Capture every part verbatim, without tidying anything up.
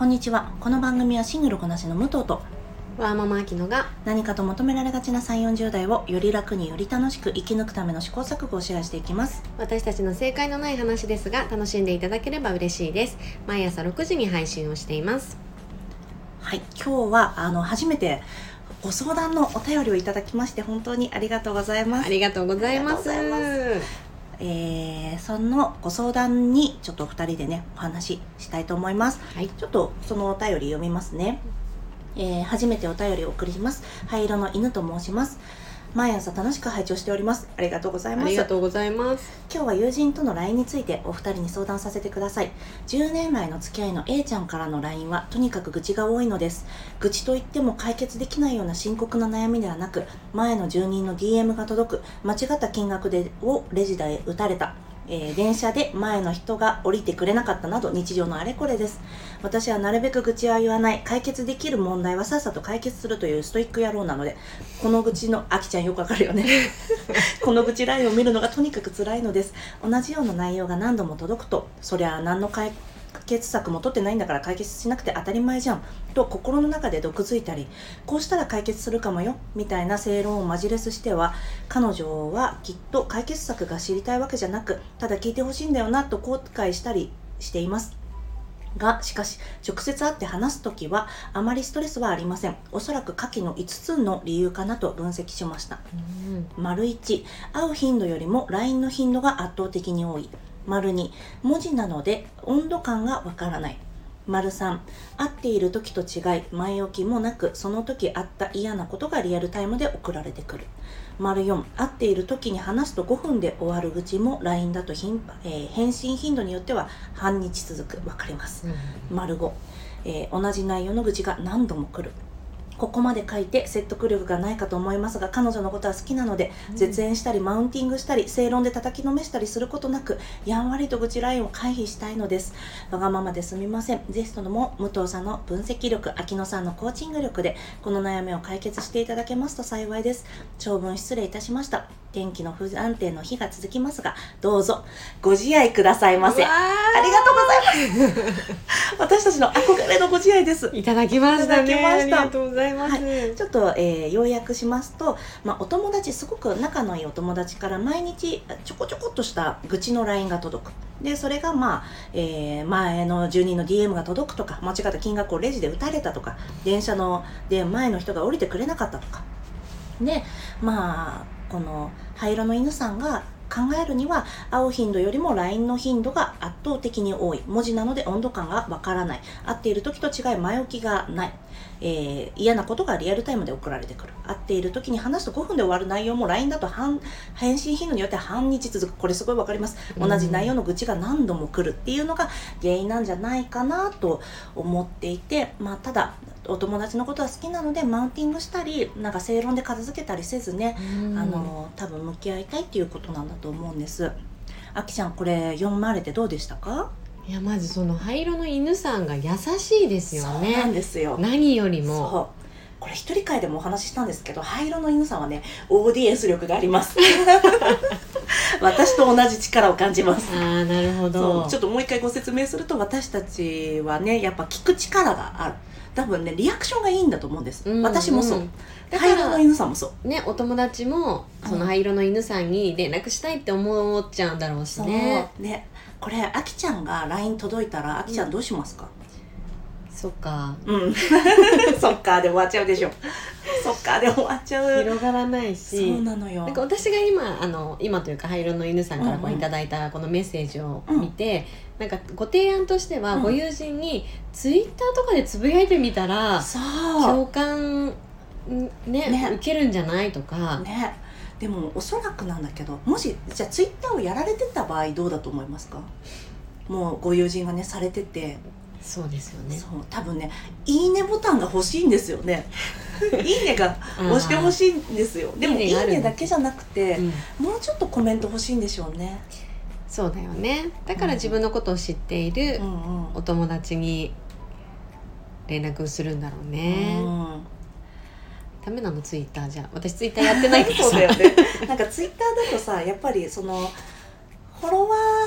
こんにちは。この番組はシングルこなしの武藤とワーママアキノが何かと求められがちなさんじゅう、よんじゅう代をより楽により楽しく生き抜くための試行錯誤をシェアしていきます。 私たちの正解のない話ですが楽しんでいただければ嬉しいです。毎朝ろくじに配信をしています。 はい、今日はあの初めてご相談のお便りをいただきまして本当にありがとうございます。 ありがとうございます。 えー、そのご相談にちょっとお二人でねお話ししたいと思います。 はい、 ちょっとそのお便り読みますね。えー、初めてお便りをお送りします。灰色の犬と申します。毎朝楽しく拝聴しております。ありがとうございます。 ありがとうございます。 今日は友人との ライン についてお二人に相談させてください。じゅうねん来の付き合いの A ちゃんからの ライン はとにかく愚痴が多いのです。愚痴といっても解決できないような深刻な悩みではなく、前の住人の ディーエム が届く、間違った金額でをレジで打たれた、えー、電車で前の人が降りてくれなかったなど日常のあれこれです。私はなるべく愚痴は言わない、解決できる問題はさっさと解決するというストイック野郎なので、この愚痴のあきちゃんよくわかるよねこの愚痴ラインを見るのがとにかく辛いのです。同じような内容が何度も届くと、そりゃ何の解決策も取ってないんだから解決しなくて当たり前じゃんと心の中で毒づいたり、こうしたら解決するかもよみたいな正論をマジレスしては、彼女はきっと解決策が知りたいわけじゃなく、ただ聞いてほしいんだよなと後悔したりしていますが、しかし直接会って話すときはあまりストレスはありません。おそらく下記のいつつの理由かなと分析しました。 うん、 丸いち、会う頻度よりも ライン の頻度が圧倒的に多い。丸に、文字なので温度感がわからない。丸さん、会っている時と違い前置きもなく、その時あった嫌なことがリアルタイムで送られてくる。丸よん、会っている時に話すとごふんで終わる愚痴も ライン だと頻繁、えー、返信頻度によっては半日続く。わかります。 うん、 丸ご、えー、同じ内容の愚痴が何度も来る。ここまで書いて説得力がないかと思いますが、彼女のことは好きなので、うん、絶縁したりマウンティングしたり正論で叩きのめしたりすることなく、やんわりと愚痴ラインを回避したいのです。わがままですみません。ぜひとも武藤さんの分析力、秋野さんのコーチング力でこの悩みを解決していただけますと幸いです。長文失礼いたしました。天気の不安定の日が続きますが、どうぞご自愛くださいませ。ありがとうございます私たちの憧れのご自愛です。 いただきましたね。 いただきました。 ありがとうございます。 はい、ちょっと、えー、要約しますと、まあ、お友達、すごく仲のいいお友達から毎日ちょこちょこっとした愚痴の ライン が届く。でそれが、まあえー、前の住人の ディーエム が届くとか、間違った金額をレジで打たれたとか、電車ので前の人が降りてくれなかったとかで、まあこの灰色の犬さんが考えるには、会う頻度よりも ライン の頻度が圧倒的に多い。文字なので温度感がわからない。会っている時と違い前置きがない。えー、嫌なことがリアルタイムで送られてくる。会っている時に話すとごふんで終わる内容も ライン だと半返信頻度によって半日続く。これすごいわかります。同じ内容の愚痴が何度も来るっていうのが原因なんじゃないかなと思っていて、まあただお友達のことは好きなのでマウンティングしたりなんか正論で片付けたりせずね、あの多分向き合いたいっていうことなんだと思うんです。あきちゃん、これ読まれてどうでしたか？ いや、まずその灰色の犬さんが優しいですよね。 そうなんですよ。 何よりもそうこれ一人会でもお話ししたんですけど、灰色の犬さんはね オーディエンス 力があります私と同じ力を感じます。 あー、なるほど。 そうちょっともう一回ご説明すると、私たちはねやっぱ聞く力がある。多分ねリアクションがいいんだと思うんです、うんうん、私もそう。だから灰色の犬さんもそうね、お友達もその灰色の犬さんに連絡したいって思っちゃうんだろうしね。 そうね、これあきちゃんが ライン 届いたらあきちゃんどうしますか？ うん、そっかうんそっかで終わっちゃうでしょそっかで終わっちゃう。 広がらないし。 そうなのよ。 なんか私が今あの今というか灰色の犬さんからこういただいたこのメッセージを見て、うんうん、なんかご提案としては、うん、ご友人にツイッターとかでつぶやいてみたら共感ね、ね受けるんじゃないとかね。でもおそらくなんだけど、もしじゃあツイッターをやられてた場合どうだと思いますか？もうご友人がねされてて。 そうですよね。 そう多分ねいいねボタンが欲しいんですよねいいねが押してほしいんですよ。でもいいねだけじゃなくて、うん、もうちょっとコメント欲しいんでしょうね。 そうだよね。だから自分のことを知っているお友達に連絡するんだろうね、うん、ダメなのツイッターじゃ。私ツイッターやってないからさそうだよね。なんかツイッターだとさ、やっぱりそのフォロワ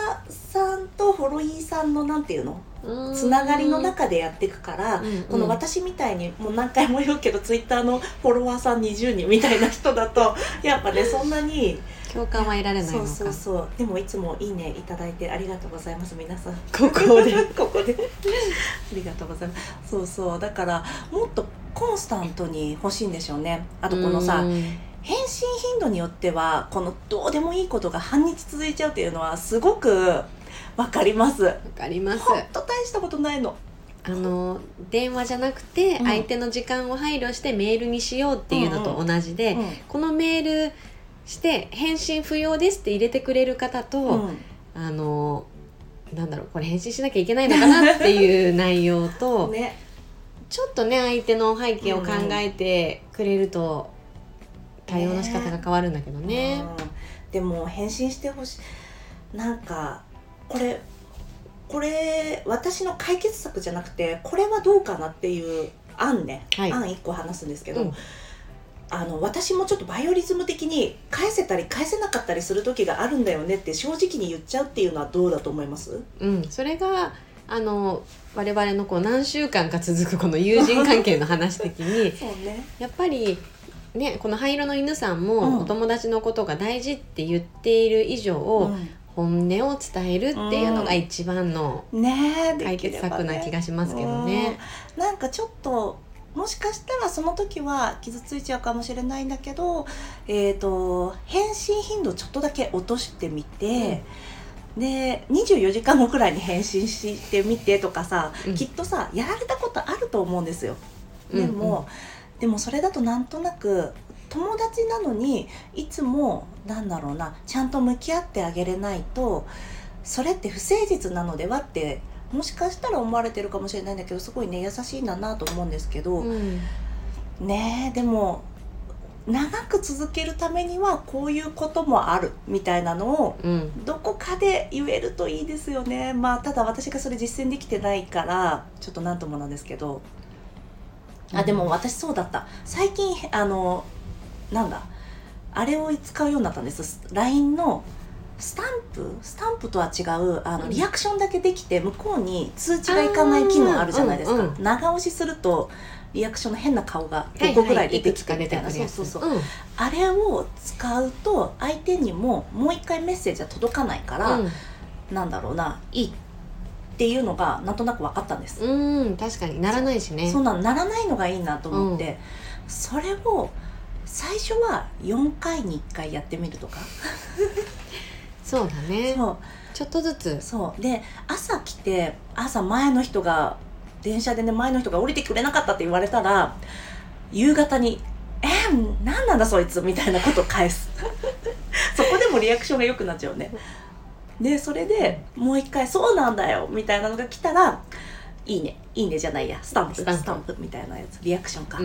さんとフォロイーさんのなんていうのつながりの中でやっていくから、うんうん、この私みたいにもう何回も言うけどツイッターのフォロワーさんにじゅうにんみたいな人だとやっぱねそんなに共感は得られないのか。 そうそうそう。でもいつもいいねいただいてありがとうございます皆さん。 ここでここでありがとうございます。そうそうだからもっとコンスタントに欲しいんでしょうね。あとこのさ返信頻度によってはこのどうでもいいことが半日続いちゃうっていうのはすごくわかります。わかります。 ほんと大したことないの。 あの電話じゃなくて相手の時間を配慮してメールにしようっていうのと同じで、うんうん、このメールして返信不要ですって入れてくれる方と、うん、あのなんだろうこれ返信しなきゃいけないのかなっていう内容と、ね、ちょっとね相手の背景を考えてくれると対応の仕方が変わるんだけどね、ねうん、でも返信してほしい。なんかこれこれ私の解決策じゃなくてこれはどうかなっていう案ね、はい、案いっこ話すんですけど、うん、あの私もちょっとバイオリズム的に返せたり返せなかったりする時があるんだよねって正直に言っちゃうっていうのはどうだと思います？ うん、それがあの我々のこう何週間か続くこの友人関係の話的にそう、ね、やっぱりね、この灰色の犬さんもお友達のことが大事って言っている以上、うん、本音を伝えるっていうのが一番の解決策な気がしますけどね、 ねうん、なんかちょっともしかしたらその時は傷ついちゃうかもしれないんだけど、えーと、返信頻度ちょっとだけ落としてみて、うん、でにじゅうよじかんごくらいに返信してみてとかさ、うん、きっとさやられたことあると思うんですよ。でも、うんうんでもそれだとなんとなく友達なのにいつもなんだろうなちゃんと向き合ってあげれないとそれって不誠実なのではってもしかしたら思われてるかもしれないんだけどすごいね優しいんだなと思うんですけど、うん、ねえでも長く続けるためにはこういうこともあるみたいなのをどこかで言えるといいですよね、うん、まあただ私がそれ実践できてないからちょっとなんともなんですけどあでも私そうだった最近あのなんだあれを使うようになったんです ライン のスタンプスタンプとは違うあのリアクションだけできて向こうに通知がいかない機能あるじゃないですか、うんうん、長押しするとリアクションの変な顔がごこぐらい出てきてみたいな、はいはい、そうそうそう、うん、あれを使うと相手にももう一回メッセージは届かないから、うん、なんだろうないいっていうのがなんとなく分かったんです。 うん確かにならないしね。 そんなならないのがいいなと思って、うん、それを最初はよんかいにいっかいやってみるとかそうだねそうちょっとずつそうで朝来て朝前の人が電車でね前の人が降りてくれなかったって言われたら夕方にえー、何なんだそいつみたいなことを返すそこでもリアクションが良くなっちゃうね。でそれでもう一回そうなんだよみたいなのが来たらいいねいいねじゃないやスタンプスタンプ、スタンプみたいなやつリアクションか、うんうん、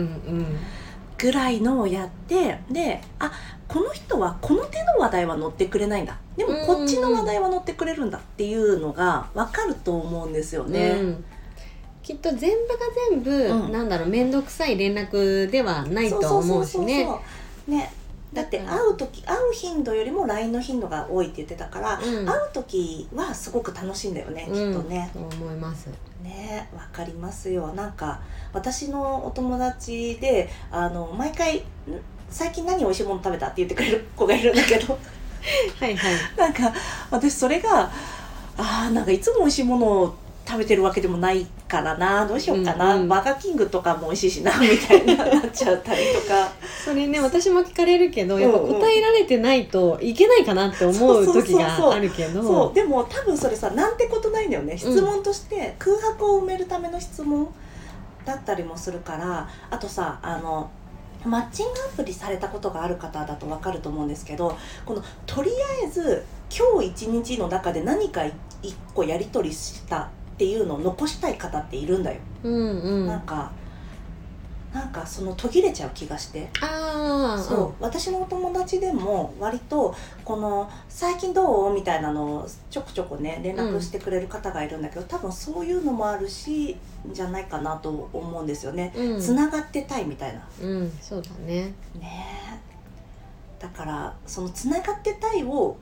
ぐらいのをやってであこの人はこの手の話題は乗ってくれないんだでもこっちの話題は乗ってくれるんだっていうのが分かると思うんですよね、うん、 きっと全部が全部、うん、なんだろう面倒くさい連絡ではないと思うしねねだって会う時会う頻度よりも ライン の頻度が多いって言ってたから、うん、会う時はすごく楽しいんだよね、うん、きっとね。 そう思いますねわかりますよ。なんか私のお友達であの毎回最近何美味しいもの食べたって言ってくれる子がいるんだけどはいはいなんか私それがあなんかいつも美味しいものを食べてるわけでもないからなどうしようかな、うんうん、バーガーキングとかも美味しいしなみたいになっちゃったりとかそれね私も聞かれるけどやっぱ答えられてないといけないかなって思う時があるけどそうでも多分それさなんてことないんだよね質問として空白を埋めるための質問だったりもするからあとさあのマッチングアプリされたことがある方だと分かると思うんですけどこのとりあえず今日一日の中で何か一個やり取りしたっていうのを残したい方っているんだよ、うんうん、なんかなんかその途切れちゃう気がしてあそう、うん、私のお友達でも割とこの最近どうみたいなのをちょくちょくね連絡してくれる方がいるんだけど、うん、多分そういうのもあるしじゃないかなと思うんですよね、うん、つながってたいみたいなうんそうだねねだからそのつながってたいを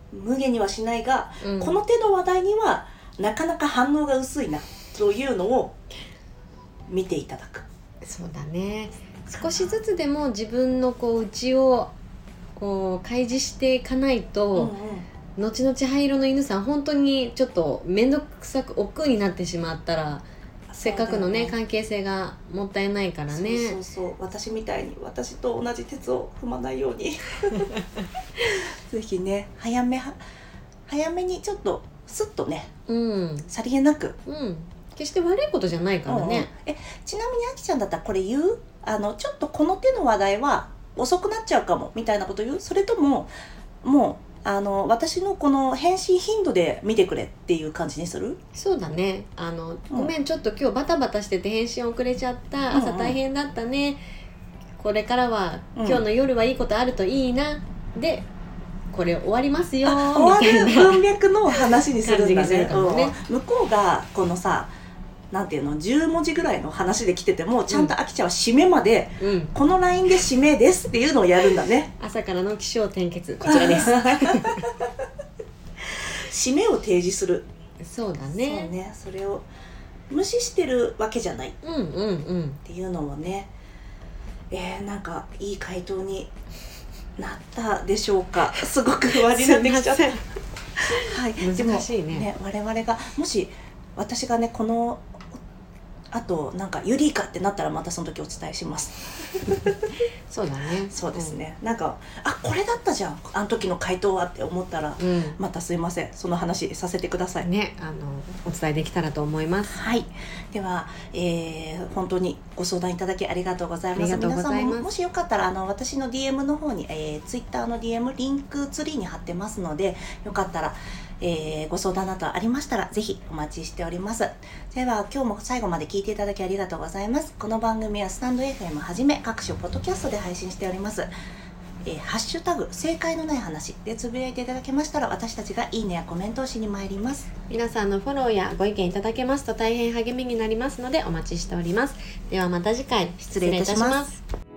無限にはしないが、 うん、 この手の話題にはなかなか反応が薄いなというのを見ていただく。 そうだね、少しずつでも自分のこう内をこう開示していかないと、うんうん、後々灰色の犬さん本当にちょっと面倒くさく億劫になってしまったら、せっかくのね関係性がもったいないからね。 そうそうそう、私みたいに私と同じ鉄を踏まないようにぜひね早め早めにちょっとスッとね、うん、さりげなく、 うん、決して悪いことじゃないからね、うん、 えちなみにあきちゃんだったらこれ言う？あのちょっとこの手の話題は遅くなっちゃうかもみたいなこと言う？それとももうあの私のこの返信頻度で見てくれっていう感じにする？ そうだね、あの、うん、ごめんちょっと今日バタバタしてて返信遅れちゃった、朝大変だったね、うんうん、これからは、うん、今日の夜はいいことあるといいなでこれ終わりますよみたいな終わる文脈の話にするんだ ね, ね、 うん、向こうがこのさなんていうのじゅうもじぐらいの話で来ててもちゃんとあきちゃんは締めまで、うん、この ライン で締めですっていうのをやるんだね。 朝からの起承転結こちらです締めを提示する。 そうだね。 そうね、それを無視してるわけじゃない、 うんうんうん、 っていうのもね、えー、なんかいい回答になったでしょうか。すごく不安になってきちゃったはい、 難しい ね, でもね我々がもし私がねこのあとなんかユリイカってなったらまたその時お伝えしますそうだね。 そうですね、うん、なんかあこれだったじゃんあの時の回答はって思ったら、うん、またすいませんその話させてくださいね。あのお伝えできたらと思います。 はい、では、えー、本当にご相談いただきありがとうございます。皆さんももしよかったらあの私の ディーエム の方に、えー、Twitter の ディーエム リンクツリーに貼ってますのでよかったらえー、ご相談などありましたらぜひお待ちしております。では今日も最後まで聞いていただきありがとうございます。この番組はスタンド エフエム はじめ各種ポッドキャストで配信しております。えー、ハッシュタグ正解のない話でつぶやいていただけましたら私たちがいいねやコメントをしに参ります。 皆さんのフォローやご意見いただけますと大変励みになりますのでお待ちしております。ではまた次回失礼いたします。